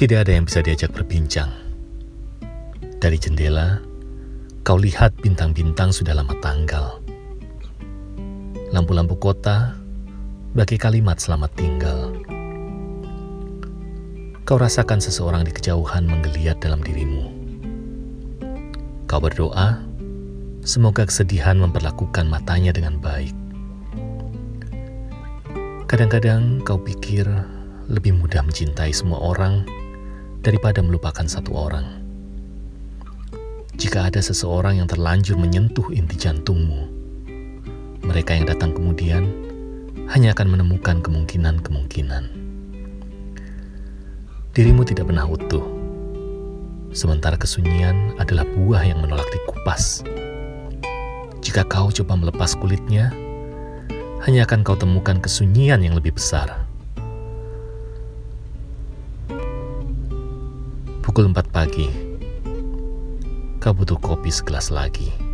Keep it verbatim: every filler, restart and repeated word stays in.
Tidak ada yang bisa diajak berbincang. Dari jendela, kau lihat bintang-bintang sudah lama tanggal. Lampu-lampu kota bagi kalimat selamat tinggal. Kau rasakan seseorang di kejauhan menggeliat dalam dirimu. Kau berdoa, semoga kesedihan memperlakukan matanya dengan baik. Kadang-kadang kau pikir lebih mudah mencintai semua orang daripada melupakan satu orang. Jika ada seseorang yang terlanjur menyentuh inti jantungmu, mereka yang datang kemudian hanya akan menemukan kemungkinan-kemungkinan. Dirimu tidak pernah utuh, sementara kesunyian adalah buah yang menolak dikupas. Jika kau coba melepas kulitnya, hanya akan kau temukan kesunyian yang lebih besar. Pukul empat pagi, kau butuh kopi segelas lagi.